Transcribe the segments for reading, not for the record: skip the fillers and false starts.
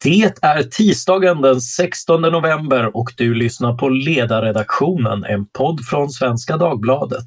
Det är tisdagen den 16 november och du lyssnar på Ledarredaktionen, en podd från Svenska Dagbladet.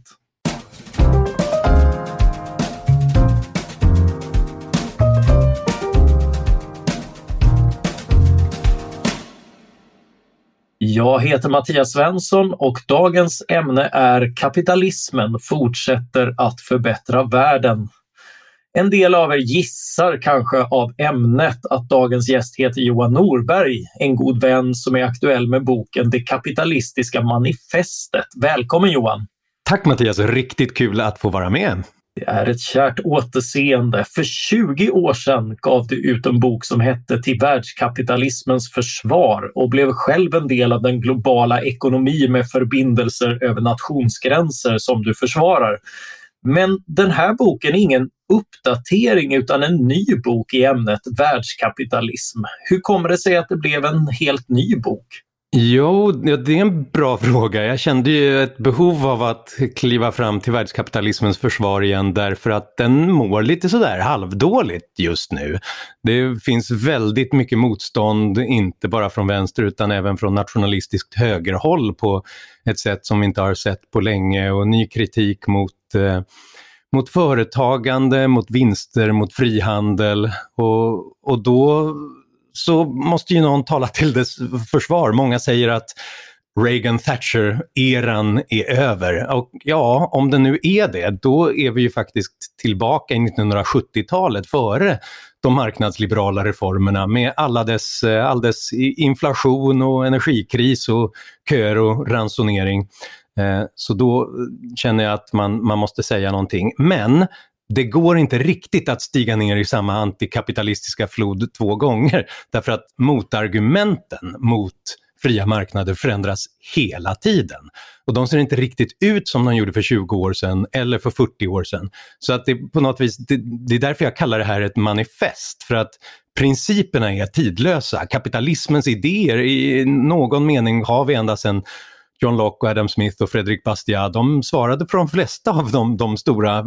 Jag heter Mattias Svensson och dagens ämne är kapitalismen fortsätter att förbättra världen. En del av er gissar kanske av ämnet att dagens gäst heter Johan Norberg, en god vän som är aktuell med boken Det kapitalistiska manifestet. Välkommen Johan! Tack Mattias, riktigt kul att få vara med. Det är ett kärt återseende. För 20 år sedan gav du ut en bok som hette Till världskapitalismens försvar och blev själv en del av den globala ekonomi med förbindelser över nationsgränser som du försvarar. Men den här boken är ingen uppdatering utan en ny bok i ämnet världskapitalism. Hur kommer det sig att det blev en helt ny bok? Jo, det är en bra fråga. Jag kände ju ett behov av att kliva fram till världskapitalismens försvar igen därför att den mår lite sådär halvdåligt just nu. Det finns väldigt mycket motstånd, inte bara från vänster utan även från nationalistiskt högerhåll på ett sätt som vi inte har sett på länge, och ny kritik mot företagande, mot vinster, mot frihandel, och då så måste ju någon tala till dess försvar. Många säger att Reagan-Thatcher-eran är över. Och ja, om det nu är det, då är vi ju faktiskt tillbaka i 1970-talet före de marknadsliberala reformerna med all dess inflation och energikris och köer och ransonering. Så då känner jag att man måste säga någonting. Men det går inte riktigt att stiga ner i samma antikapitalistiska flod 2 gånger, därför att motargumenten mot fria marknader förändras hela tiden. Och de ser inte riktigt ut som de gjorde för 20 år sedan eller för 40 år sedan. Så att det på något vis, det är därför jag kallar det här ett manifest, för att principerna är tidlösa. Kapitalismens idéer i någon mening har vi ända sedan John Locke och Adam Smith och Frédéric Bastiat. De svarade på de flesta av de stora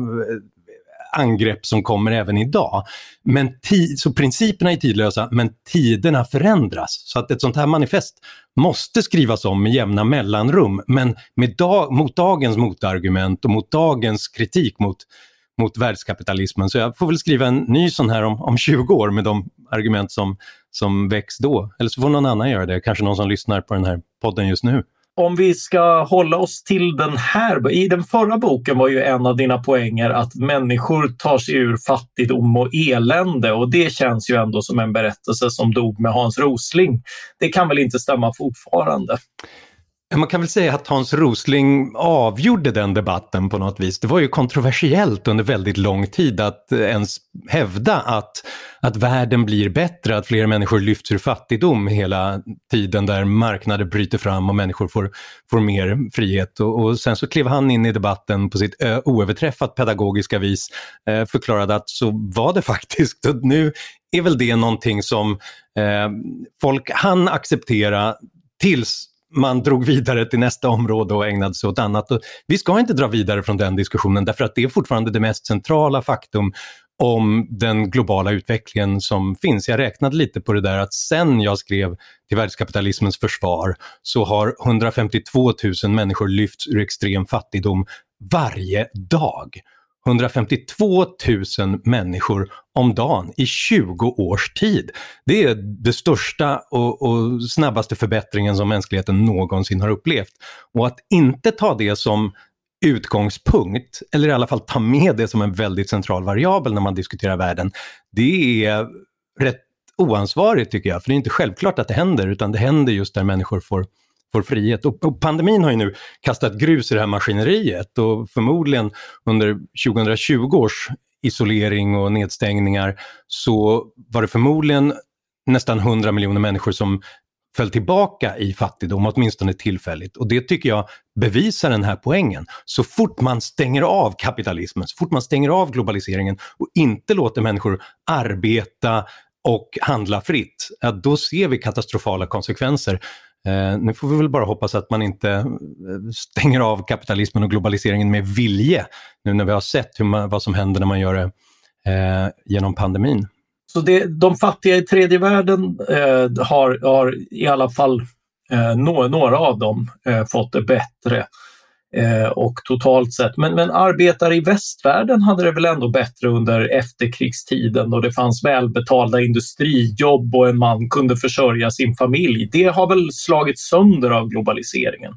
angrepp som kommer även idag. Men så principerna är tidlösa, men tiderna förändras. Så att ett sånt här manifest måste skrivas om med jämna mellanrum, men mot dagens motargument och mot dagens kritik mot världskapitalismen. Så jag får väl skriva en ny sån här om 20 år med de argument som väcks då. Eller så får någon annan göra det, kanske någon som lyssnar på den här podden just nu. Om vi ska hålla oss till den här, i den förra boken var ju en av dina poänger att människor tar sig ur fattigdom och elände, och det känns ju ändå som en berättelse som dog med Hans Rosling. Det kan väl inte stämma fortfarande? Man kan väl säga att Hans Rosling avgjorde den debatten på något vis. Det var ju kontroversiellt under väldigt lång tid att ens hävda att världen blir bättre, att fler människor lyfts ur fattigdom hela tiden, där marknader bryter fram och människor får mer frihet. Och sen så klev han in i debatten på sitt oöverträffat pedagogiska vis, förklarade att så var det faktiskt. Och nu är väl det någonting som folk hann acceptera tills man drog vidare till nästa område och ägnade sig åt annat. Och vi ska inte dra vidare från den diskussionen, därför att det är fortfarande det mest centrala faktum om den globala utvecklingen som finns. Jag räknade lite på det där, att sen jag skrev Till världskapitalismens försvar så har 152 000 människor lyfts ur extrem fattigdom varje dag. 152 000 människor om dagen i 20 års tid. Det är det största och snabbaste förbättringen som mänskligheten någonsin har upplevt. Och att inte ta det som utgångspunkt, eller i alla fall ta med det som en väldigt central variabel när man diskuterar världen, det är rätt oansvarigt tycker jag. För det är inte självklart att det händer, utan det händer just där människor får frihet. Och pandemin har ju nu kastat grus i det här maskineriet, och förmodligen under 2020 års isolering och nedstängningar så var det förmodligen nästan 100 miljoner människor som föll tillbaka i fattigdom, åtminstone tillfälligt. Och det tycker jag bevisar den här poängen. Så fort man stänger av kapitalismen, så fort man stänger av globaliseringen och inte låter människor arbeta och handla fritt, ja, då ser vi katastrofala konsekvenser. Nu får vi väl bara hoppas att man inte stänger av kapitalismen och globaliseringen med vilje, nu när vi har sett vad som händer när man gör det genom pandemin. Så de fattiga i tredje världen har i alla fall några av dem fått det bättre och totalt sett. Men arbetare i västvärlden hade det väl ändå bättre under efterkrigstiden då det fanns välbetalda industrijobb och en man kunde försörja sin familj. Det har väl slagits sönder av globaliseringen?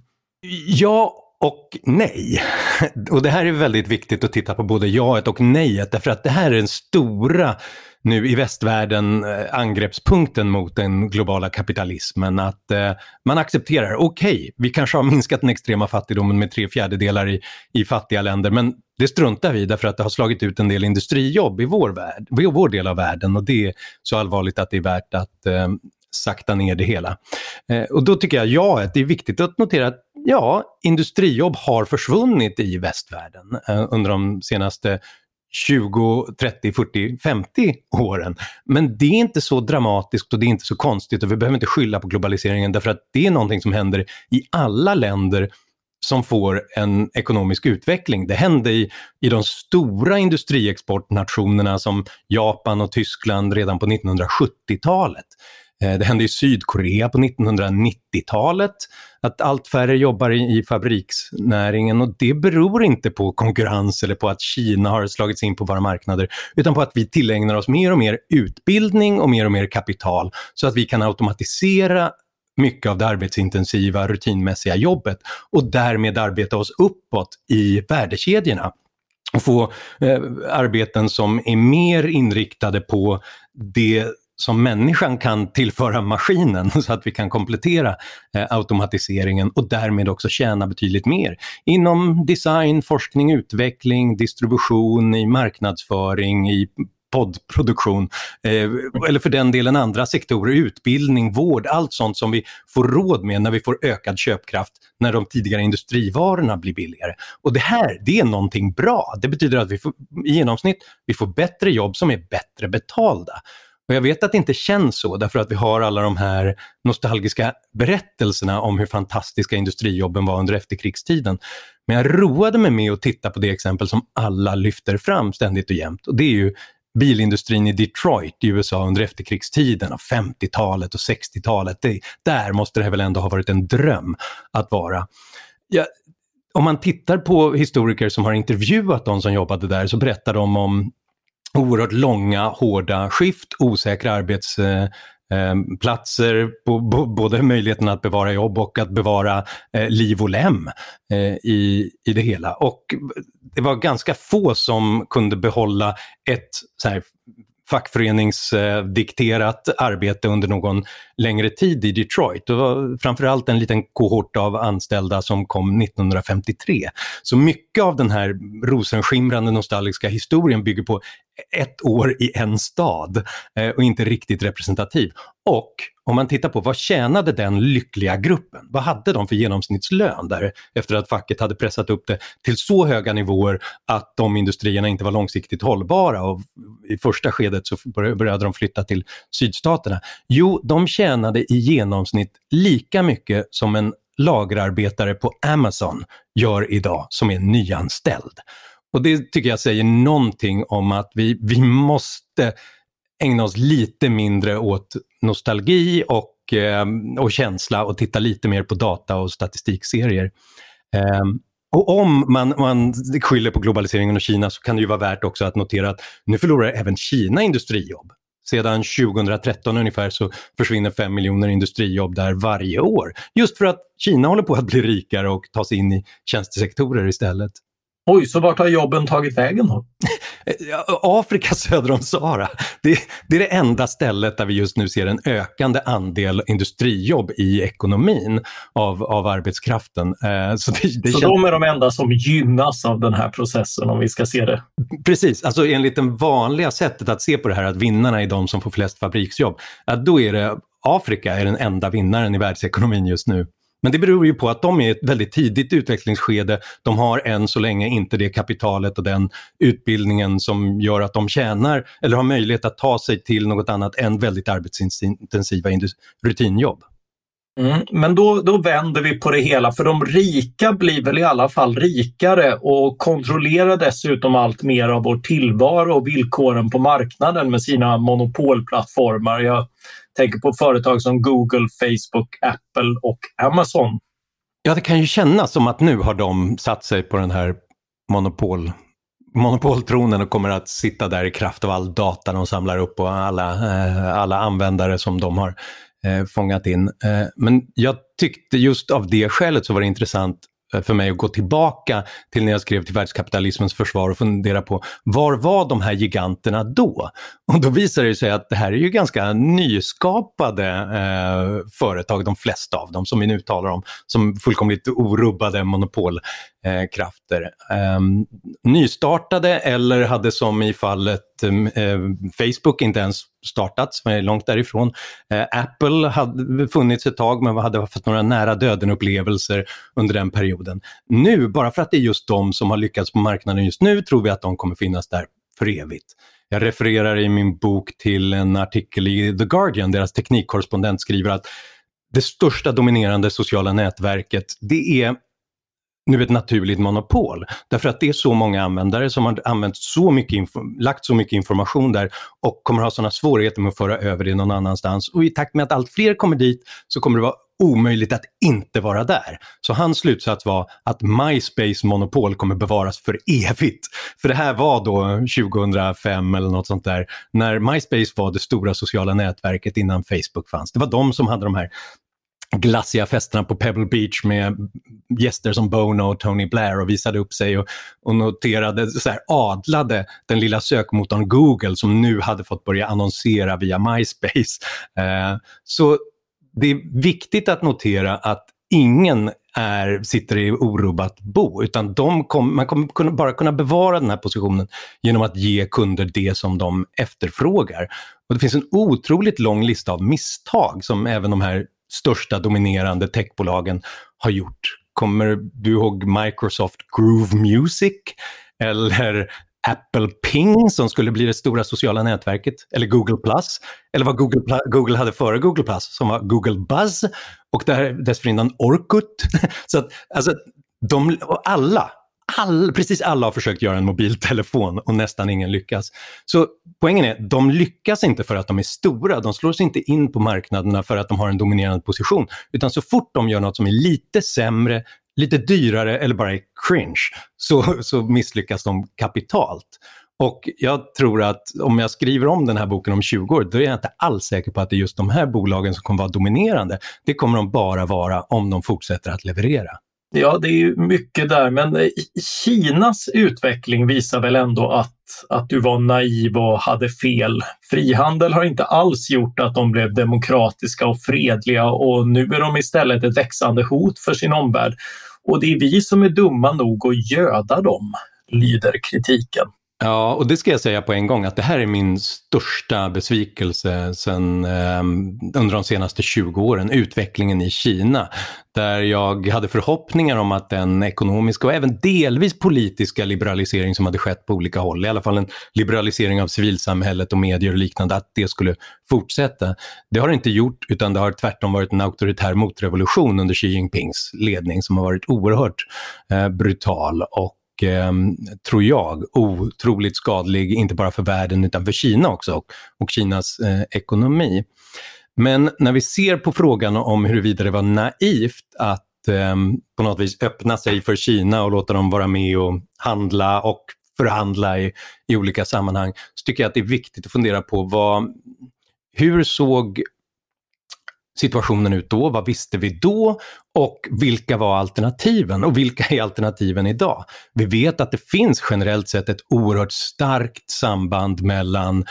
Ja och nej. Och det här är väldigt viktigt att titta på både jaet och nejet, därför att det här är den stora nu i västvärlden angreppspunkten mot den globala kapitalismen, att man accepterar, okej, vi kanske har minskat den extrema fattigdomen med 3/4 i fattiga länder, men det struntar vi därför att det har slagit ut en del industrijobb i vår del av världen, och det är så allvarligt att det är värt att sakta ner det hela. Och då tycker jag det är viktigt att notera att industrijobb har försvunnit i västvärlden under de senaste 20, 30, 40, 50 åren. Men det är inte så dramatiskt och det är inte så konstigt, och vi behöver inte skylla på globaliseringen, därför att det är någonting som händer i alla länder som får en ekonomisk utveckling. Det hände i de stora industriexportnationerna som Japan och Tyskland redan på 1970-talet. Det hände i Sydkorea på 1990-talet att allt färre jobbar i fabriksnäringen, och det beror inte på konkurrens eller på att Kina har slagits in på våra marknader, utan på att vi tillägnar oss mer och mer utbildning och mer kapital så att vi kan automatisera mycket av det arbetsintensiva, rutinmässiga jobbet och därmed arbeta oss uppåt i värdekedjorna och få arbeten som är mer inriktade på det som människan kan tillföra maskinen, så att vi kan komplettera automatiseringen och därmed också tjäna betydligt mer inom design, forskning, utveckling, distribution, i marknadsföring, i poddproduktion eller för den delen andra sektorer, utbildning, vård, allt sånt som vi får råd med när vi får ökad köpkraft när de tidigare industrivarorna blir billigare. Och det är någonting bra. Det betyder att vi får, i genomsnitt vi får bättre jobb som är bättre betalda. Och jag vet att det inte känns så, därför att vi har alla de här nostalgiska berättelserna om hur fantastiska industrijobben var under efterkrigstiden. Men jag roade mig med att titta på det exempel som alla lyfter fram ständigt och jämt. Och det är ju bilindustrin i Detroit i USA under efterkrigstiden, av 50-talet och 60-talet. Där måste det väl ändå ha varit en dröm att vara. Om man tittar på historiker som har intervjuat de som jobbade där, så berättar de om oerhört långa, hårda skift, osäkra arbetsplatser, både möjligheten att bevara jobb och att bevara liv och lem i det hela. Och det var ganska få som kunde behålla ett så här fackföreningsdikterat arbete under någon längre tid i Detroit. Det var framförallt en liten kohort av anställda som kom 1953. Så mycket av den här rosenskimrande nostalgiska historien bygger på ett år i en stad och inte riktigt representativ. Och om man tittar på vad tjänade den lyckliga gruppen? Vad hade de för genomsnittslön där efter att facket hade pressat upp det till så höga nivåer att de industrierna inte var långsiktigt hållbara, och i första skedet så började de flytta till sydstaterna? Jo, de tjänade i genomsnitt lika mycket som en lagerarbetare på Amazon gör idag som är nyanställd. Och det tycker jag säger någonting om att vi måste ägna oss lite mindre åt nostalgi och känsla och titta lite mer på data och statistikserier. Och om man skyller på globaliseringen och Kina, så kan det ju vara värt också att notera att nu förlorar även Kina industrijobb. Sedan 2013 ungefär så försvinner 5 miljoner industrijobb där varje år. Just för att Kina håller på att bli rikare och ta sig in i tjänstesektorer istället. Oj, så vart har jobben tagit vägen då? Afrika söder om Sahara. Det är det enda stället där vi just nu ser en ökande andel industrijobb i ekonomin av arbetskraften. Så de är de enda som gynnas av den här processen, om vi ska se det? Precis, alltså enligt det vanliga sättet att se på det här, att vinnarna är de som får flest fabriksjobb, då är det Afrika är den enda vinnaren i världsekonomin just nu. Men det beror ju på att de är i ett väldigt tidigt utvecklingsskede. De har än så länge inte det kapitalet och den utbildningen som gör att de tjänar eller har möjlighet att ta sig till något annat än väldigt arbetsintensiva rutinjobb. Men då vänder vi på det hela, för de rika blir väl i alla fall rikare och kontrollerar dessutom allt mer av vår tillvaro och villkoren på marknaden med sina monopolplattformar. Jag tänker på företag som Google, Facebook, Apple och Amazon. Ja, det kan ju kännas som att nu har de satt sig på den här monopoltronen och kommer att sitta där i kraft av all data de samlar upp och alla användare som de har fångat in. Men jag tyckte just av det skälet så var det intressant för mig att gå tillbaka till när jag skrev till Världskapitalismens försvar och fundera på var de här giganterna då? Och då visar det sig att det här är ju ganska nyskapade företag, de flesta av dem som vi nu talar om, som fullkomligt orubbade monopolkrafter. Nystartade eller hade som i fallet Facebook inte ens startats, men är långt därifrån. Apple hade funnits ett tag men hade fått några nära döden-upplevelser under den perioden. Nu, bara för att det är just de som har lyckats på marknaden just nu, tror vi att de kommer finnas där för evigt. Jag refererar i min bok till en artikel i The Guardian, deras teknikkorrespondent skriver att det största dominerande sociala nätverket, det är nu ett naturligt monopol. Därför att det är så många användare som har använt så mycket lagt så mycket information där och kommer ha sådana svårigheter med att föra över det någon annanstans. Och i takt med att allt fler kommer dit så kommer det vara omöjligt att inte vara där. Så hans slutsats var att MySpace monopol kommer bevaras för evigt. För det här var då 2005 eller något sånt där, när MySpace var det stora sociala nätverket innan Facebook fanns. Det var de som hade de här glassiga festerna på Pebble Beach med gäster som Bono och Tony Blair och visade upp sig och noterade, så här, adlade den lilla sökmotorn Google som nu hade fått börja annonsera via MySpace. Så det är viktigt att notera att ingen sitter i orubbat bo, utan man kommer bara kunna bevara den här positionen genom att ge kunder det som de efterfrågar. Och det finns en otroligt lång lista av misstag som även de här största dominerande techbolagen har gjort. Kommer du ihåg Microsoft Groove Music eller Apple Ping som skulle bli det stora sociala nätverket, eller Google Plus, eller vad Google hade före Google Plus som var Google Buzz och dessförinnan Orkut. Så att alltså, precis alla har försökt göra en mobiltelefon och nästan ingen lyckas. Så poängen är, de lyckas inte för att de är stora, de slår sig inte in på marknaderna för att de har en dominerande position, utan så fort de gör något som är lite sämre, lite dyrare eller bara är cringe så misslyckas de kapitalt. Och jag tror att om jag skriver om den här boken om 20 år, då är jag inte alls säker på att det är just de här bolagen som kommer vara dominerande. Det kommer de bara vara om de fortsätter att leverera. Ja, det är ju mycket där, men Kinas utveckling visar väl ändå att du var naiv och hade fel. Frihandel har inte alls gjort att de blev demokratiska och fredliga, och nu är de istället ett växande hot för sin omvärld. Och det är vi som är dumma nog att göda dem, lyder kritiken. Ja, och det ska jag säga på en gång att det här är min största besvikelse under de senaste 20 åren, utvecklingen i Kina. Där jag hade förhoppningar om att den ekonomiska och även delvis politiska liberalisering som hade skett på olika håll, i alla fall en liberalisering av civilsamhället och medier och liknande, att det skulle fortsätta. Det har det inte gjort, utan det har tvärtom varit en auktoritär motrevolution under Xi Jinpings ledning som har varit oerhört brutal och tror jag otroligt skadlig, inte bara för världen utan för Kina också och Kinas ekonomi. Men när vi ser på frågan om huruvida det var naivt att på något vis öppna sig för Kina och låta dem vara med och handla och förhandla i olika sammanhang, så tycker jag att det är viktigt att fundera på hur såg situationen ut då, vad visste vi då och vilka var alternativen och vilka är alternativen idag? Vi vet att det finns generellt sett ett oerhört starkt samband mellan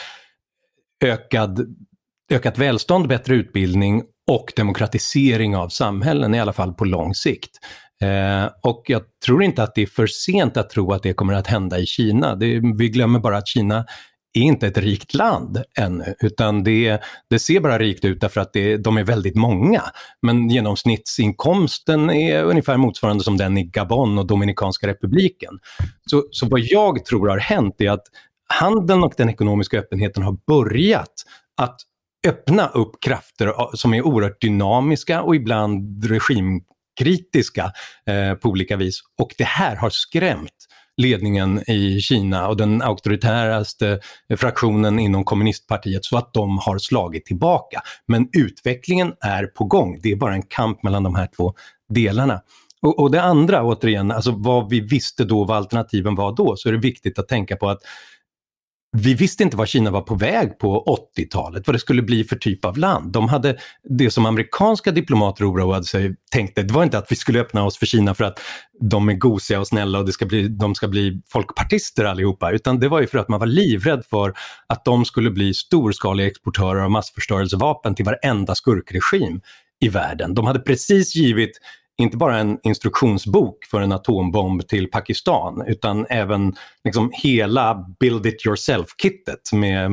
ökat välstånd, bättre utbildning och demokratisering av samhällen, i alla fall på lång sikt. Och jag tror inte att det är för sent att tro att det kommer att hända i Kina. Vi glömmer bara att Kina är inte ett rikt land ännu, utan det ser bara rikt ut därför att de är väldigt många. Men genomsnittsinkomsten är ungefär motsvarande som den i Gabon och Dominikanska republiken. Så vad jag tror har hänt är att handeln och den ekonomiska öppenheten har börjat att öppna upp krafter som är oerhört dynamiska och ibland regimkritiska på olika vis. Och det här har skrämt ledningen i Kina och den auktoritäraste fraktionen inom kommunistpartiet så att de har slagit tillbaka. Men utvecklingen är på gång. Det är bara en kamp mellan de här två delarna. Och det andra, återigen, alltså vad vi visste då, vad alternativen var då, så är det viktigt att tänka på att vi visste inte vad Kina var på väg på 80-talet, vad det skulle bli för typ av land. De hade det som amerikanska diplomater oroade sig, tänkte, det var inte att vi skulle öppna oss för Kina för att de är gosiga och snälla och de ska bli folkpartister allihopa, utan det var ju för att man var livrädd för att de skulle bli storskaliga exportörer av massförstörelsevapen till varenda skurkregim i världen. De hade precis givit inte bara en instruktionsbok för en atombomb till Pakistan, utan även liksom hela build it yourself-kittet med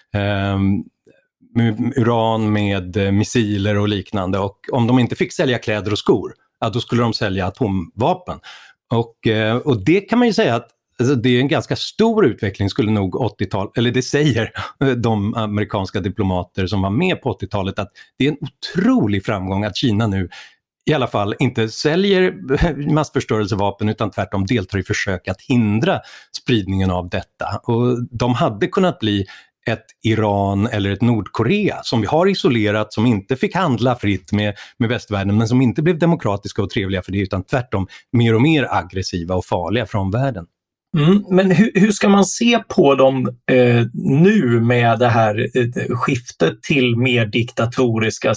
uran, med missiler och liknande. Och om de inte fick sälja kläder och skor, ja, då skulle de sälja atomvapen. Och det kan man ju säga att alltså, det är en ganska stor utveckling, skulle nog 80-tal, eller det säger de amerikanska diplomater som var med på 80-talet, att det är en otrolig framgång att Kina nu i alla fall inte säljer massförstörelsevapen utan tvärtom deltar i försök att hindra spridningen av detta. Och de hade kunnat bli ett Iran eller ett Nordkorea som vi har isolerat, som inte fick handla fritt med västvärlden, men som inte blev demokratiska och trevliga för det, utan tvärtom mer och mer aggressiva och farliga från världen. Men hur ska man se på dem nu med det här skiftet till mer diktatoriska?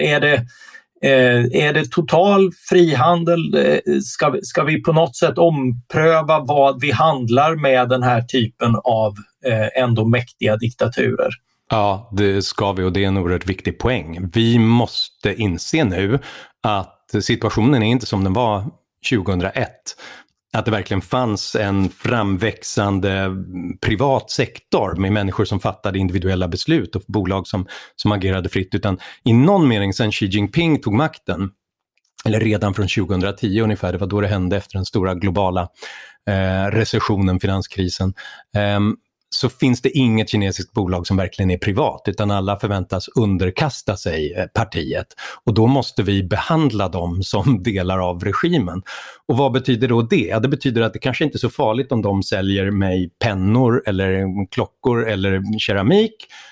Är det total frihandel? Ska vi på något sätt ompröva vad vi handlar med den här typen av ändå mäktiga diktaturer? Ja, det ska vi, och det är en oerhört viktig poäng. Vi måste inse nu att situationen är inte som den var 2001. Att det verkligen fanns en framväxande privat sektor med människor som fattade individuella beslut och bolag som agerade fritt, utan i någon mening sedan Xi Jinping tog makten, eller redan från 2010 ungefär, det var då det hände efter den stora globala recessionen, finanskrisen, så finns det inget kinesiskt bolag som verkligen är privat, utan alla förväntas underkasta sig partiet. Och då måste vi behandla dem som delar av regimen. Och vad betyder då det? Ja, det betyder att det kanske inte är så farligt om de säljer mig pennor eller klockor eller keramik.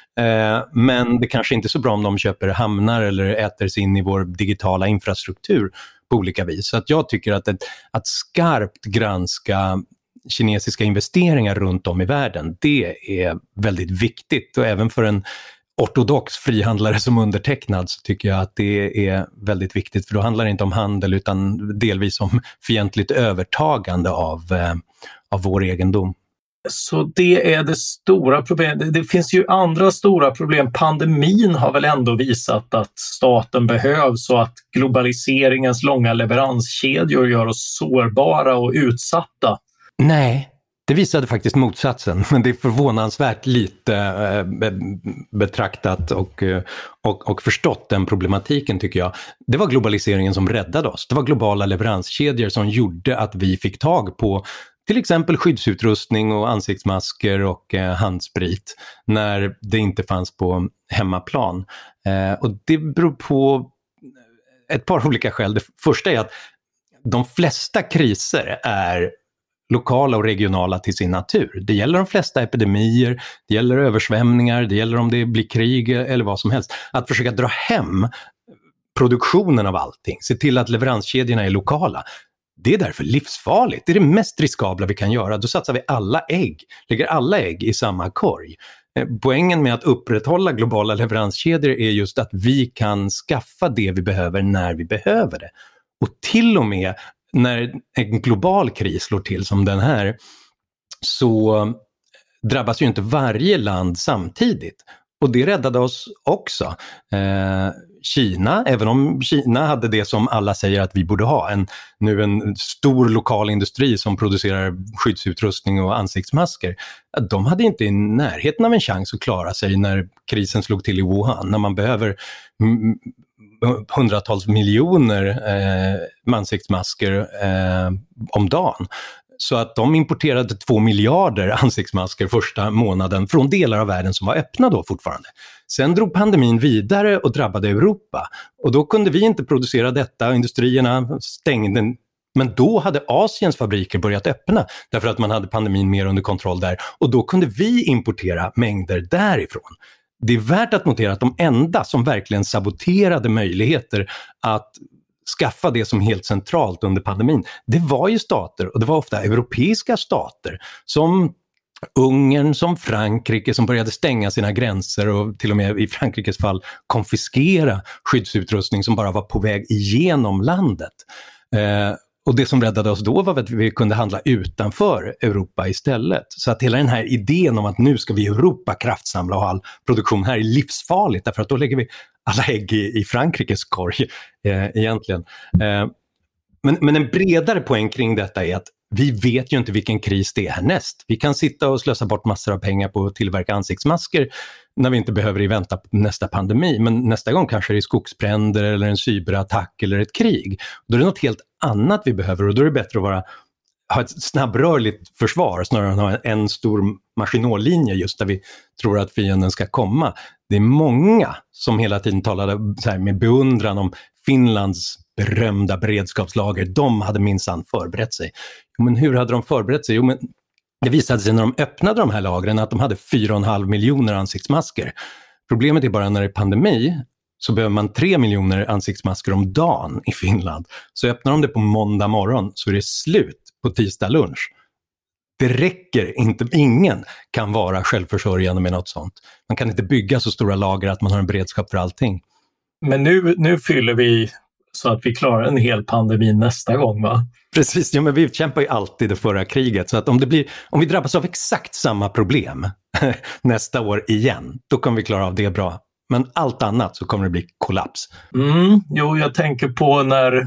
Men det kanske inte är så bra om de köper hamnar eller äter sig in i vår digitala infrastruktur på olika vis. Så att jag tycker att skarpt granska kinesiska investeringar runt om i världen, det är väldigt viktigt, och även för en ortodox frihandlare som undertecknad så tycker jag att det är väldigt viktigt, för då handlar det inte om handel utan delvis om fientligt övertagande av vår egendom. Så det är det stora problemet. Det finns ju andra stora problem. Pandemin har väl ändå visat att staten behövs, och att globaliseringens långa leveranskedjor gör oss sårbara och utsatta. Nej, det visade faktiskt motsatsen, men det är förvånansvärt lite betraktat och förstått den problematiken, tycker jag. Det var globaliseringen som räddade oss. Det var globala leveranskedjor som gjorde att vi fick tag på till exempel skyddsutrustning och ansiktsmasker och handsprit när det inte fanns på hemmaplan. Och det beror på ett par olika skäl. Det första är att de flesta kriser är lokala och regionala till sin natur. Det gäller de flesta epidemier, det gäller översvämningar, det gäller om det blir krig eller vad som helst. Att försöka dra hem produktionen av allting, se till att leveranskedjorna är lokala. Det är därför livsfarligt. Det är det mest riskabla vi kan göra. Då satsar vi lägger alla ägg i samma korg. Poängen med att upprätthålla globala leveranskedjor är just att vi kan skaffa det vi behöver när vi behöver det. Och till och med när en global kris slår till som den här, så drabbas ju inte varje land samtidigt. Och det räddade oss också. Kina, även om Kina hade det som alla säger att vi borde ha, en stor lokal industri som producerar skyddsutrustning och ansiktsmasker, de hade inte i närheten av en chans att klara sig när krisen slog till i Wuhan, när man behöver hundratals miljoner ansiktsmasker om dagen. Så att de importerade 2 miljarder ansiktsmasker första månaden från delar av världen som var öppna då fortfarande. Sen drog pandemin vidare och drabbade Europa. Och då kunde vi inte producera detta, industrierna stängde. Men då hade Asiens fabriker börjat öppna därför att man hade pandemin mer under kontroll där. Och då kunde vi importera mängder därifrån. Det är värt att notera att de enda som verkligen saboterade möjligheter att skaffa det som helt centralt under pandemin, det var ju stater, och det var ofta europeiska stater som Ungern, som Frankrike, som började stänga sina gränser och till och med i Frankrikes fall konfiskera skyddsutrustning som bara var på väg igenom landet. Och det som räddade oss då var att vi kunde handla utanför Europa istället. Så att hela den här idén om att nu ska vi i Europa kraftsamla och ha all produktion här är livsfarligt, därför att då lägger vi alla ägg i Frankrikes korg egentligen. Men en bredare poäng kring detta är att vi vet ju inte vilken kris det är härnäst. Vi kan sitta och slösa bort massor av pengar på att tillverka ansiktsmasker när vi inte behöver vänta på nästa pandemi. Men nästa gång kanske det är skogsbränder eller en cyberattack eller ett krig. Då är det något helt annat vi behöver, och då är det bättre att ha ett snabbrörligt försvar snarare än ha en stor Maginot-linje just där vi tror att fienden ska komma. Det är många som hela tiden talade så här med beundran om Finlands berömda beredskapslager. De hade minsann förberett sig. Men hur hade de förberett sig? Men det visade sig när de öppnade de här lagren att de hade 4,5 miljoner ansiktsmasker. Problemet är bara när det är pandemi så behöver man 3 miljoner ansiktsmasker om dagen i Finland. Så öppnar de det på måndag morgon så är det slut på tisdag lunch. Det räcker inte, ingen kan vara självförsörjande med något sånt. Man kan inte bygga så stora lager att man har en beredskap för allting. Men nu fyller vi så att vi klarar en hel pandemi nästa gång, va? Precis, ja, men vi kämpar ju alltid det förra kriget. Så att om vi drabbas av exakt samma problem nästa år igen, då kommer vi klara av det bra. Men allt annat så kommer det bli kollaps. Jo, jag tänker på när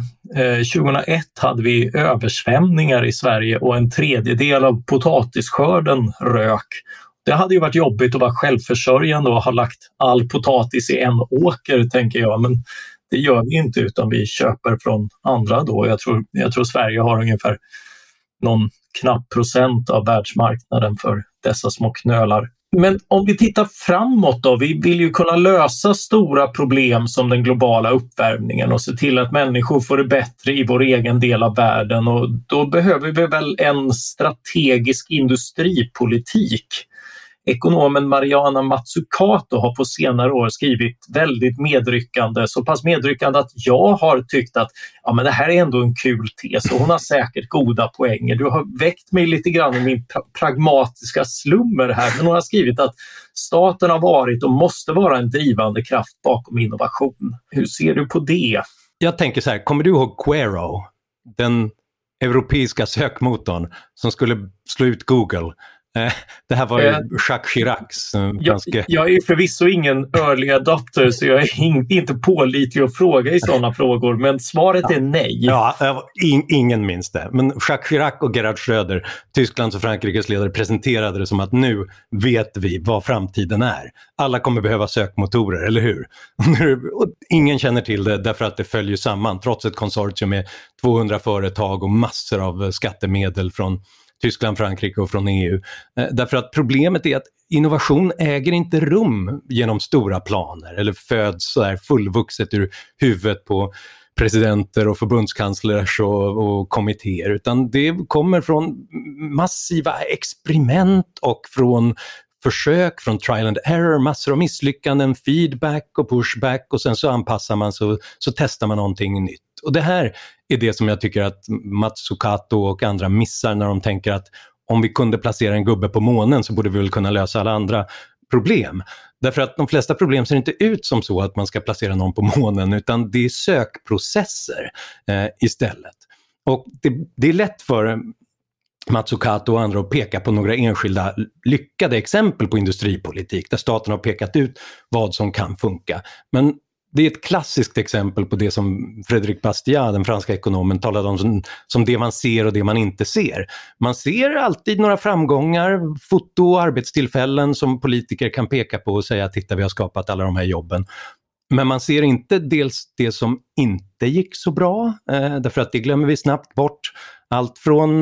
2001 hade vi översvämningar i Sverige och en tredjedel av potatisskörden rök. Det hade ju varit jobbigt att vara självförsörjande och ha lagt all potatis i en åker, tänker jag. Men det gör vi inte, utan vi köper från andra då. Jag tror Sverige har ungefär någon knapp procent av världsmarknaden för dessa små knölar. Men om vi tittar framåt då, vi vill ju kunna lösa stora problem som den globala uppvärmningen och se till att människor får det bättre i vår egen del av världen, och då behöver vi väl en strategisk industripolitik. Ekonomen Mariana Mazzucato har på senare år skrivit väldigt medryckande, så pass medryckande att jag har tyckt att men det här är ändå en kul tes, och hon har säkert goda poänger. Du har väckt mig lite grann i min pragmatiska slummer här, men hon har skrivit att staten har varit och måste vara en drivande kraft bakom innovation. Hur ser du på det? Jag tänker så här, kommer du ihåg Quero, den europeiska sökmotorn som skulle slå ut Google? Det här var ju Jacques Chiracs ganska... Jag är förvisso ingen early adopter, så jag är inte pålitlig att fråga i sådana frågor, men svaret är nej. Ja, ingen minns det. Men Jacques Chirac och Gerhard Schröder, Tysklands och Frankrikes ledare, presenterade det som att nu vet vi vad framtiden är. Alla kommer behöva sökmotorer, eller hur? Och ingen känner till det därför att det följer samman, trots ett konsortium med 200 företag och massor av skattemedel från Tyskland, Frankrike och från EU. Därför att problemet är att innovation äger inte rum genom stora planer eller föds så här fullvuxet ur huvudet på presidenter och förbundskanslers och kommittéer, utan det kommer från massiva experiment och från försök, från trial and error, massor av misslyckanden, feedback och pushback, och sen så anpassar man så testar man någonting nytt. Och det här är det som jag tycker att Mazzucato och andra missar när de tänker att om vi kunde placera en gubbe på månen så borde vi väl kunna lösa alla andra problem. Därför att de flesta problem ser inte ut som så att man ska placera någon på månen, utan det är sökprocesser istället. Och det är lätt för Mazzucato och andra att peka på några enskilda lyckade exempel på industripolitik där staten har pekat ut vad som kan funka. Men det är ett klassiskt exempel på det som Frédéric Bastiat, den franska ekonomen, talade om som det man ser och det man inte ser. Man ser alltid några framgångar, foto och arbetstillfällen som politiker kan peka på och säga titta, vi har skapat alla de här jobben. Men man ser inte dels det som inte gick så bra, därför att det glömmer vi snabbt bort. Allt från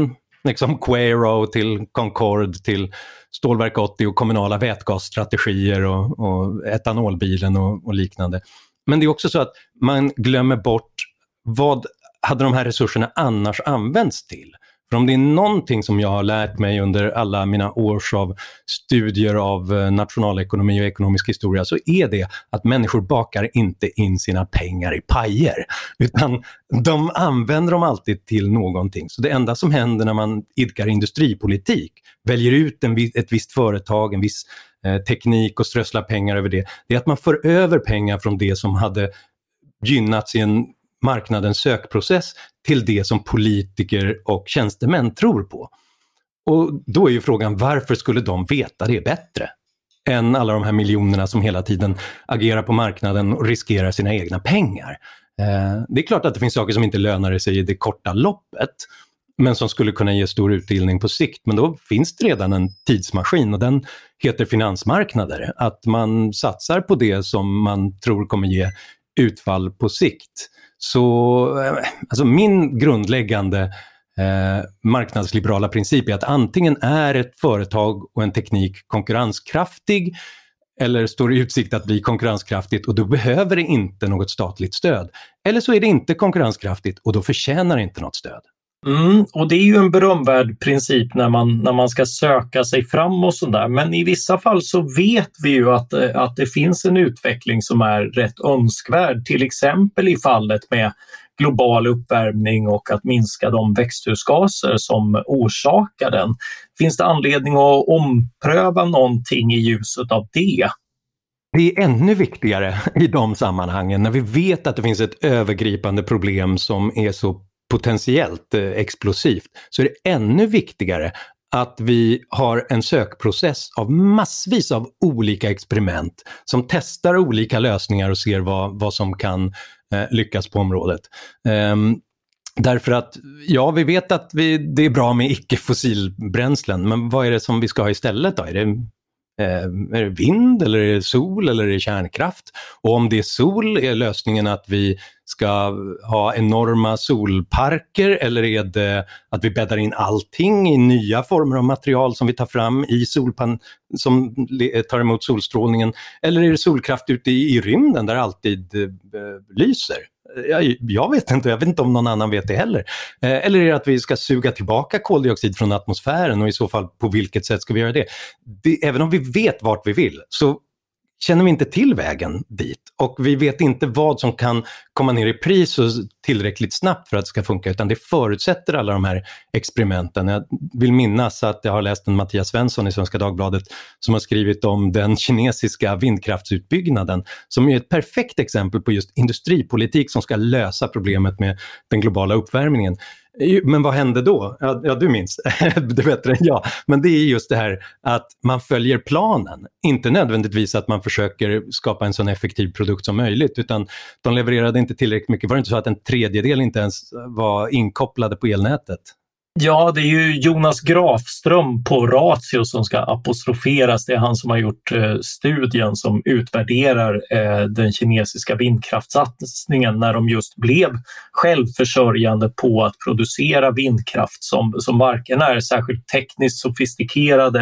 liksom Quaero till Concorde till Stålverk 80 och kommunala vätgasstrategier och etanolbilen och liknande. Men det är också så att man glömmer bort vad hade de här resurserna annars använts till. För om det är någonting som jag har lärt mig under alla mina års av studier av nationalekonomi och ekonomisk historia, så är det att människor bakar inte in sina pengar i pajer, utan de använder dem alltid till någonting. Så det enda som händer när man idkar industripolitik, väljer ut ett visst företag, en viss teknik och strösslar pengar över det är att man för över pengar från det som hade gynnats i en marknadens sökprocess till det som politiker och tjänstemän tror på. Och då är ju frågan, varför skulle de veta det bättre än alla de här miljonerna som hela tiden agerar på marknaden och riskerar sina egna pengar? Det är klart att det finns saker som inte lönar sig i det korta loppet, men som skulle kunna ge stor utdelning på sikt. Men då finns det redan en tidsmaskin och den heter finansmarknader. Att man satsar på det som man tror kommer ge utfall på sikt. Så alltså min grundläggande marknadsliberala princip är att antingen är ett företag och en teknik konkurrenskraftig eller står i utsikt att bli konkurrenskraftigt och då behöver det inte något statligt stöd. Eller så är det inte konkurrenskraftigt och då förtjänar det inte något stöd. Och det är ju en berömvärd princip när man ska söka sig fram och sådär. Men i vissa fall så vet vi ju att det finns en utveckling som är rätt önskvärd. Till exempel i fallet med global uppvärmning och att minska de växthusgaser som orsakar den. Finns det anledning att ompröva någonting i ljuset av det? Det är ännu viktigare i de sammanhangen när vi vet att det finns ett övergripande problem som är så potentiellt explosivt, så är det ännu viktigare att vi har en sökprocess av massvis av olika experiment som testar olika lösningar och ser vad som kan lyckas på området. Därför att, ja, vi vet att det är bra med icke-fossilbränslen, men vad är det som vi ska ha istället då? Är det vind eller är det sol eller är det kärnkraft? Och om det är sol, är lösningen att vi ska ha enorma solparker eller är det att vi bäddar in allting i nya former av material som vi tar fram i som tar emot solstrålningen? Eller är det solkraft ute i rymden där alltid lyser? Jag vet inte om någon annan vet det heller. Eller är det att vi ska suga tillbaka koldioxid från atmosfären och i så fall på vilket sätt ska vi göra det? Även om vi vet vart vi vill så känner vi inte till vägen dit och vi vet inte vad som kan komma ner i pris och tillräckligt snabbt för att det ska funka, utan det förutsätter alla de här experimenten. Jag vill minnas att jag har läst en Mattias Svensson i Svenska Dagbladet som har skrivit om den kinesiska vindkraftsutbyggnaden som är ett perfekt exempel på just industripolitik som ska lösa problemet med den globala uppvärmningen. Men vad hände då? Ja, du minns det bättre än jag. Men det är just det här att man följer planen. Inte nödvändigtvis att man försöker skapa en sån effektiv produkt som möjligt, utan de levererade inte tillräckligt mycket. Var det inte så att en tredjedel inte ens var inkopplade på elnätet? Ja, det är ju Jonas Grafström på Ratio som ska apostroferas. Det är han som har gjort studien som utvärderar den kinesiska vindkraftssatsningen när de just blev självförsörjande på att producera vindkraft som varken är särskilt tekniskt sofistikerad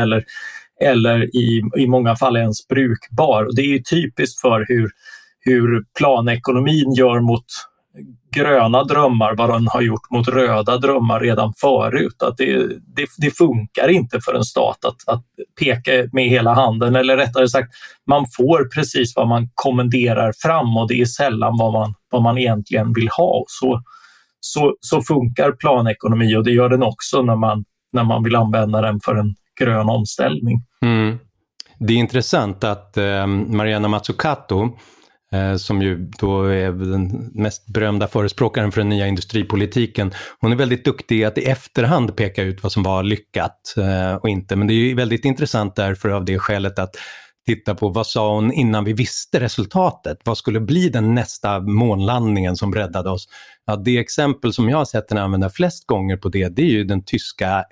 eller i många fall ens brukbar. Och det är ju typiskt för hur planekonomin gör mot gröna drömmar vad den har gjort mot röda drömmar redan förut. Att det funkar inte för en stat att peka med hela handen, eller rättare sagt, man får precis vad man kommenderar fram och det är sällan vad man egentligen vill ha. Så funkar planekonomi och det gör den också när man vill använda den för en grön omställning. Mm. Det är intressant att Mariana Mazzucato som ju då är den mest berömda förespråkaren för den nya industripolitiken. Hon är väldigt duktig att i efterhand peka ut vad som var lyckat och inte. Men det är ju väldigt intressant därför av det skälet att titta på vad sa hon innan vi visste resultatet. Vad skulle bli den nästa månlandningen som räddade oss? Ja, det exempel som jag har sett henne använda flest gånger på det är ju den tyska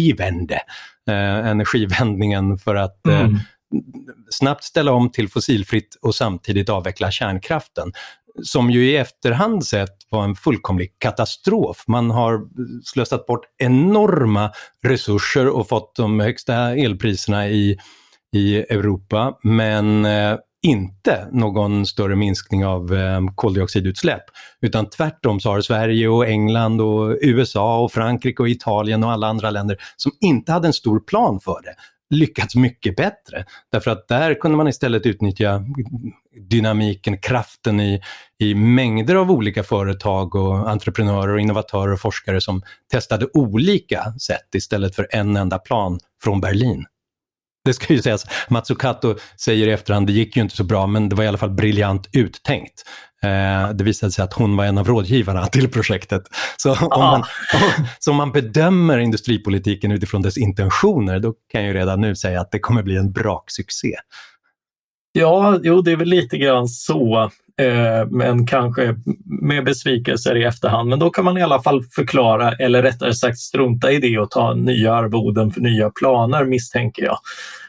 energivändningen för att snabbt ställa om till fossilfritt och samtidigt avveckla kärnkraften. som ju i efterhand sett var en fullkomlig katastrof. Man har slösat bort enorma resurser och fått de högsta elpriserna i Europa, men inte någon större minskning av koldioxidutsläpp, utan tvärtom så har Sverige och England och USA och Frankrike och Italien och alla andra länder som inte hade en stor plan för det lyckats mycket bättre. Därför att där kunde man istället utnyttja dynamiken, kraften i mängder av olika företag och entreprenörer och innovatörer och forskare som testade olika sätt istället för en enda plan från Berlin. Det ska ju sägas, Mazzucato säger i efterhand, det gick ju inte så bra, men det var i alla fall briljant uttänkt. Det visade sig att hon var en av rådgivarna till projektet. Så om man bedömer industripolitiken utifrån dess intentioner, då kan jag ju redan nu säga att det kommer bli en braksuccé. Ja, jo, det är väl lite grann så, men kanske med besvikelser i efterhand. Men då kan man i alla fall förklara, eller rättare sagt strunta i det och ta nya arvoden för nya planer, misstänker jag.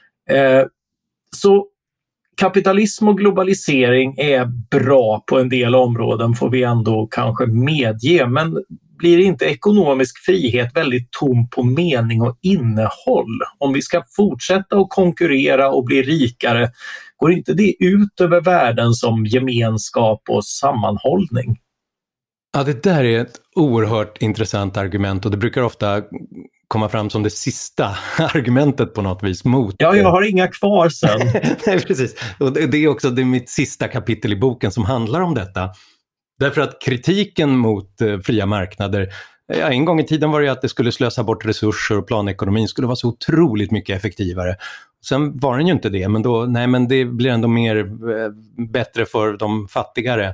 Så kapitalism och globalisering är bra på en del områden, får vi ändå kanske medge, men blir inte ekonomisk frihet väldigt tom på mening och innehåll? Om vi ska fortsätta att konkurrera och bli rikare, går inte det ut över värden som gemenskap och sammanhållning? Ja, det där är ett oerhört intressant argument och det brukar ofta komma fram som det sista argumentet på något vis mot... Ja, jag har inga kvar sen. Nej, precis. Och det är också mitt sista kapitel i boken som handlar om detta. Därför att kritiken mot fria marknader, en gång i tiden var det att det skulle slösa bort resurser och planekonomin skulle vara så otroligt mycket effektivare. Sen var den ju inte det, men det blir ändå bättre för de fattigare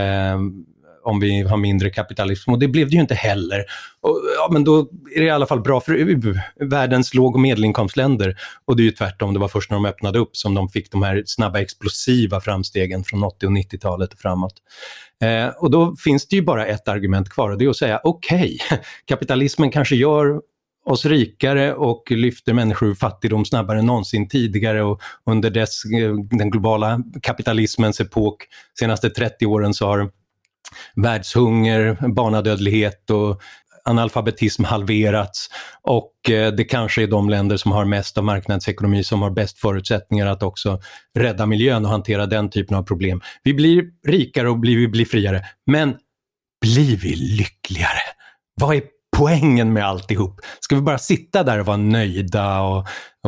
om vi har mindre kapitalism, och det blev det ju inte heller. Men då är det i alla fall bra för världens låg- och medelinkomstländer, och det är ju tvärtom, det var först när de öppnade upp som de fick de här snabba explosiva framstegen från 80- och 90-talet och framåt. Och då finns det ju bara ett argument kvar, och det är att säga okej, kapitalismen kanske gör oss rikare och lyfter människor ur fattigdom snabbare än någonsin tidigare, och under den globala kapitalismens epok senaste 30 åren så har världshunger, barnadödlighet och analfabetism halverats, och det kanske är de länder som har mest av marknadsekonomi som har bäst förutsättningar att också rädda miljön och hantera den typen av problem. Vi blir rikare och vi blir friare, men blir vi lyckligare? Vad är poängen med alltihop? Ska vi bara sitta där och vara nöjda och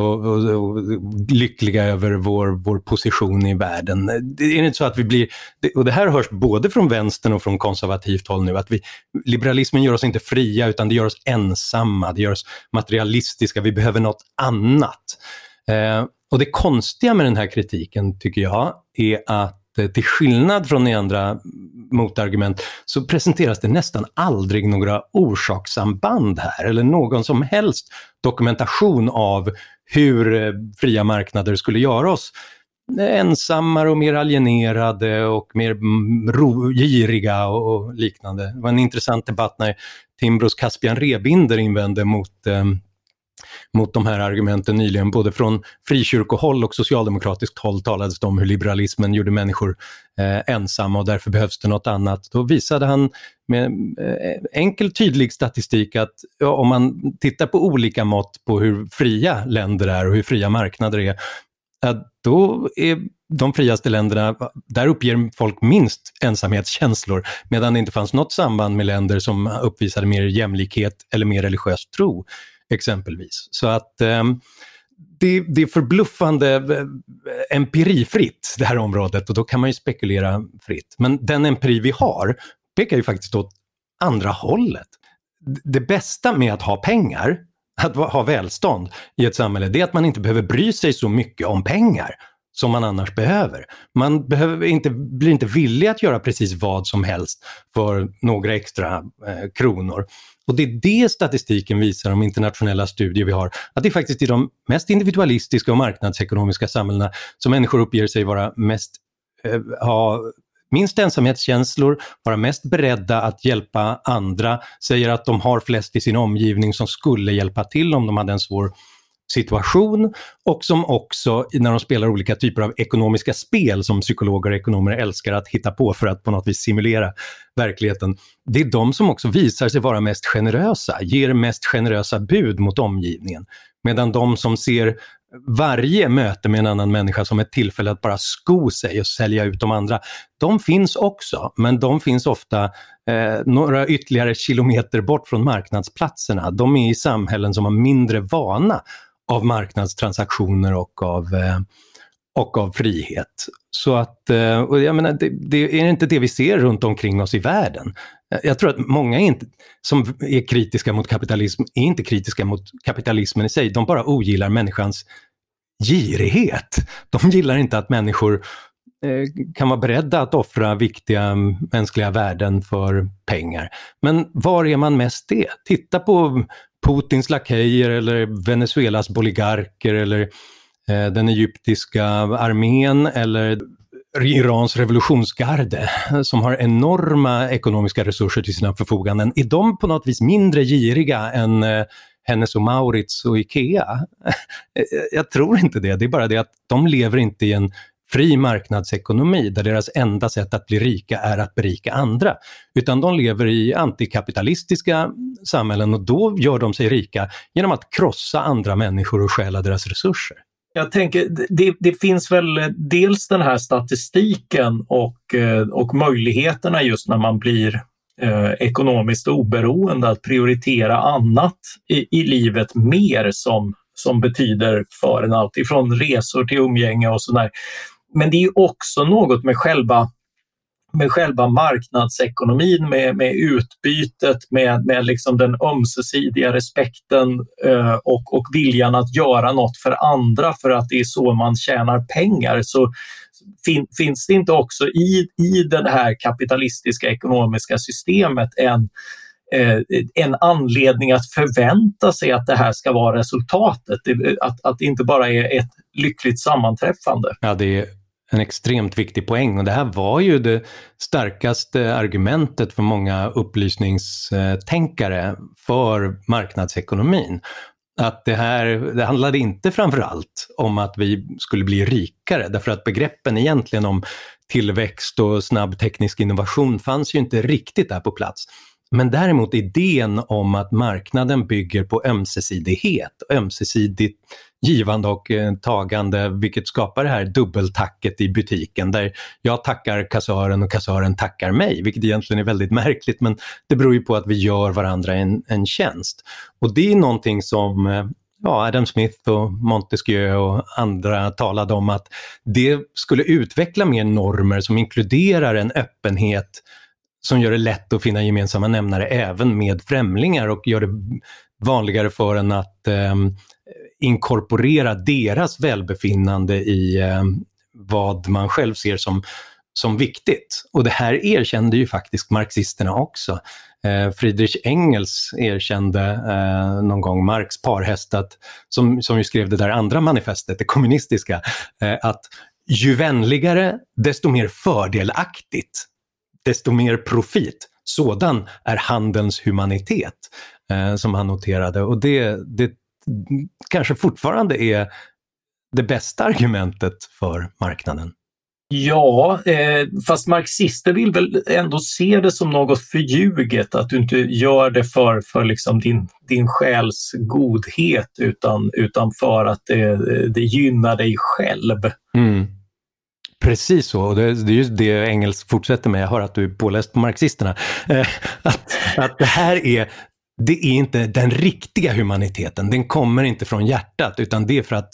lyckliga över vår position i världen? Det är inte så att vi blir, och det här hörs både från vänstern och från konservativt håll nu, att liberalismen gör oss inte fria utan det gör oss ensamma, det gör oss materialistiska, vi behöver något annat. Och det konstiga med den här kritiken tycker jag är att till skillnad från i andra motargument så presenteras det nästan aldrig några orsakssamband här eller någon som helst dokumentation av hur fria marknader skulle göra oss ensammare och mer alienerade och mer giriga och liknande. Det var en intressant debatt när Timbros Caspian Rebinder invände mot de här argumenten nyligen. Både från frikyrkohåll och socialdemokratiskt håll talades det om hur liberalismen gjorde människor ensamma och därför behövs det något annat. Då visade han med enkel tydlig statistik att om man tittar på olika mått på hur fria länder är och hur fria marknader är, då är de friaste länderna, där uppger folk minst ensamhetskänslor, medan det inte fanns något samband med länder som uppvisade mer jämlikhet eller mer religiös tro exempelvis. Så att det är förbluffande empirifritt det här området, och då kan man ju spekulera fritt. Men den empiri vi har pekar ju faktiskt åt andra hållet. Det bästa med att ha pengar, att ha välstånd i ett samhälle, det är att man inte behöver bry sig så mycket om pengar som man annars behöver. Man blir inte villig att göra precis vad som helst för några extra kronor. Och det är det statistiken visar om internationella studier vi har. Att det är faktiskt i de mest individualistiska och marknadsekonomiska samhällena som människor uppger sig vara ha minst ensamhetskänslor, vara mest beredda att hjälpa andra, säger att de har flest i sin omgivning som skulle hjälpa till om de hade en svår situation och som också när de spelar olika typer av ekonomiska spel som psykologer och ekonomer älskar att hitta på för att på något vis simulera verkligheten. Det är de som också visar sig vara mest generösa, ger mest generösa bud mot omgivningen. Medan de som ser varje möte med en annan människa som ett tillfälle att bara sko sig och sälja ut de andra, de finns också, men de finns ofta några ytterligare kilometer bort från marknadsplatserna. De är i samhällen som har mindre vana av marknadstransaktioner och av frihet. Så att, och jag menar, det är inte det vi ser runt omkring oss i världen. Jag tror att många som är kritiska mot kapitalism är inte kritiska mot kapitalismen i sig. De bara ogillar människans girighet. De gillar inte att människor kan vara beredda att offra viktiga mänskliga värden för pengar. Men var är man mest det? Titta på Putins lakejer eller Venezuelas oligarker eller den egyptiska armén eller Irans revolutionsgarde som har enorma ekonomiska resurser till sina förfoganden. Är de på något vis mindre giriga än Hennes och Mauritz och Ikea? Jag tror inte det. Det är bara det att de lever inte i en fri marknadsekonomi där deras enda sätt att bli rika är att berika andra. Utan de lever i antikapitalistiska samhällen och då gör de sig rika genom att krossa andra människor och stjäla deras resurser. Jag tänker, det finns väl dels den här statistiken och möjligheterna just när man blir ekonomiskt oberoende att prioritera annat i livet mer som betyder för en, allt ifrån resor till umgänge och sådär. Men det är ju också något med själva marknadsekonomin, med utbytet, med liksom den ömsesidiga respekten och viljan att göra något för andra för att det är så man tjänar pengar. Så finns det inte också i det här kapitalistiska ekonomiska systemet en anledning att förvänta sig att det här ska vara resultatet, att det inte bara är ett lyckligt sammanträffande. Ja, det är en extremt viktig poäng och det här var ju det starkaste argumentet för många upplysningstänkare för marknadsekonomin. Att det handlade inte framförallt om att vi skulle bli rikare, därför att begreppen egentligen om tillväxt och snabb teknisk innovation fanns ju inte riktigt där på plats. Men däremot idén om att marknaden bygger på ömsesidighet, ömsesidigt givande och tagande, vilket skapar det här dubbeltacket i butiken där jag tackar kassören och kassören tackar mig, vilket egentligen är väldigt märkligt, men det beror ju på att vi gör varandra en tjänst. Och det är någonting som Adam Smith och Montesquieu och andra talade om, att det skulle utveckla mer normer som inkluderar en öppenhet som gör det lätt att finna gemensamma nämnare även med främlingar och gör det vanligare för en att inkorporera deras välbefinnande i vad man själv ser som viktigt. Och det här erkände ju faktiskt marxisterna också. Friedrich Engels erkände någon gång Marx parhästat, som ju skrev det där andra manifestet, det kommunistiska, att ju vänligare, desto mer fördelaktigt, desto mer profit. Sådan är handelns humanitet, som han noterade. Och det kanske fortfarande är det bästa argumentet för marknaden. Ja, fast marxister vill väl ändå se det som något förljuget, att du inte gör det för liksom din själs godhet utan för att det gynnar dig själv. Mm. Precis så, och det är just det Engels fortsätter med. Jag hör att du är påläst på marxisterna. Att det är inte den riktiga humaniteten, den kommer inte från hjärtat, utan det är för att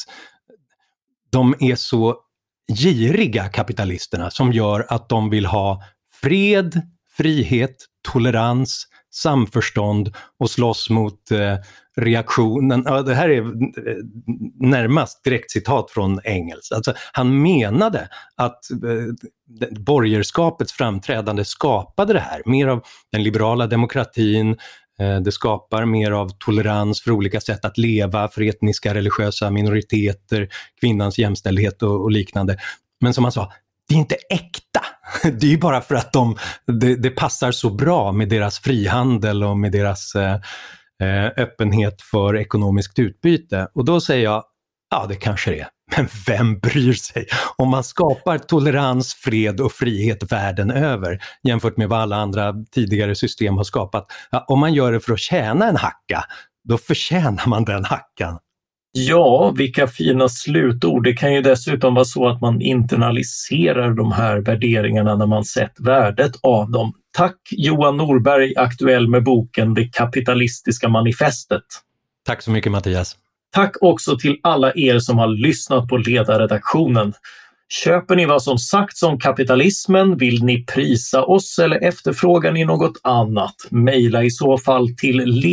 de är så giriga, kapitalisterna, som gör att de vill ha fred, frihet, tolerans, samförstånd och slåss mot reaktionen. Ja, det här är närmast direkt citat från Engels. Alltså, han menade att borgerskapets framträdande skapade det här. Mer av den liberala demokratin, det skapar mer av tolerans för olika sätt att leva, för etniska, religiösa minoriteter, kvinnans jämställdhet och liknande. Men som han sa, det är inte äkta. Det är ju bara för att det passar så bra med deras frihandel och med deras öppenhet för ekonomiskt utbyte. Och då säger jag, ja det kanske det är. Men vem bryr sig om man skapar tolerans, fred och frihet världen över jämfört med vad alla andra tidigare system har skapat. Ja, om man gör det för att tjäna en hacka, då förtjänar man den hackan. Ja, vilka fina slutord. Det kan ju dessutom vara så att man internaliserar de här värderingarna när man sett värdet av dem. Tack Johan Norberg, aktuell med boken Det kapitalistiska manifestet. Tack så mycket Mattias. Tack också till alla er som har lyssnat på ledarredaktionen. Köper ni vad som sagts om kapitalismen? Vill ni prisa oss eller efterfrågar ni något annat? Maila i så fall till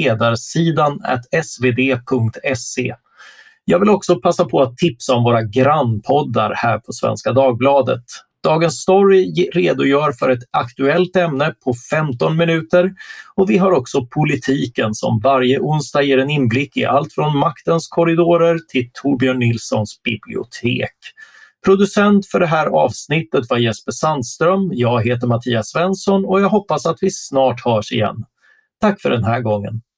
ledarsidan@svd.se. Jag vill också passa på att tipsa om våra grannpoddar här på Svenska Dagbladet. Dagens story redogör för ett aktuellt ämne på 15 minuter och vi har också politiken som varje onsdag ger en inblick i allt från maktens korridorer till Torbjörn Nilssons bibliotek. Producent för det här avsnittet var Jesper Sandström, jag heter Mattias Svensson och jag hoppas att vi snart hörs igen. Tack för den här gången.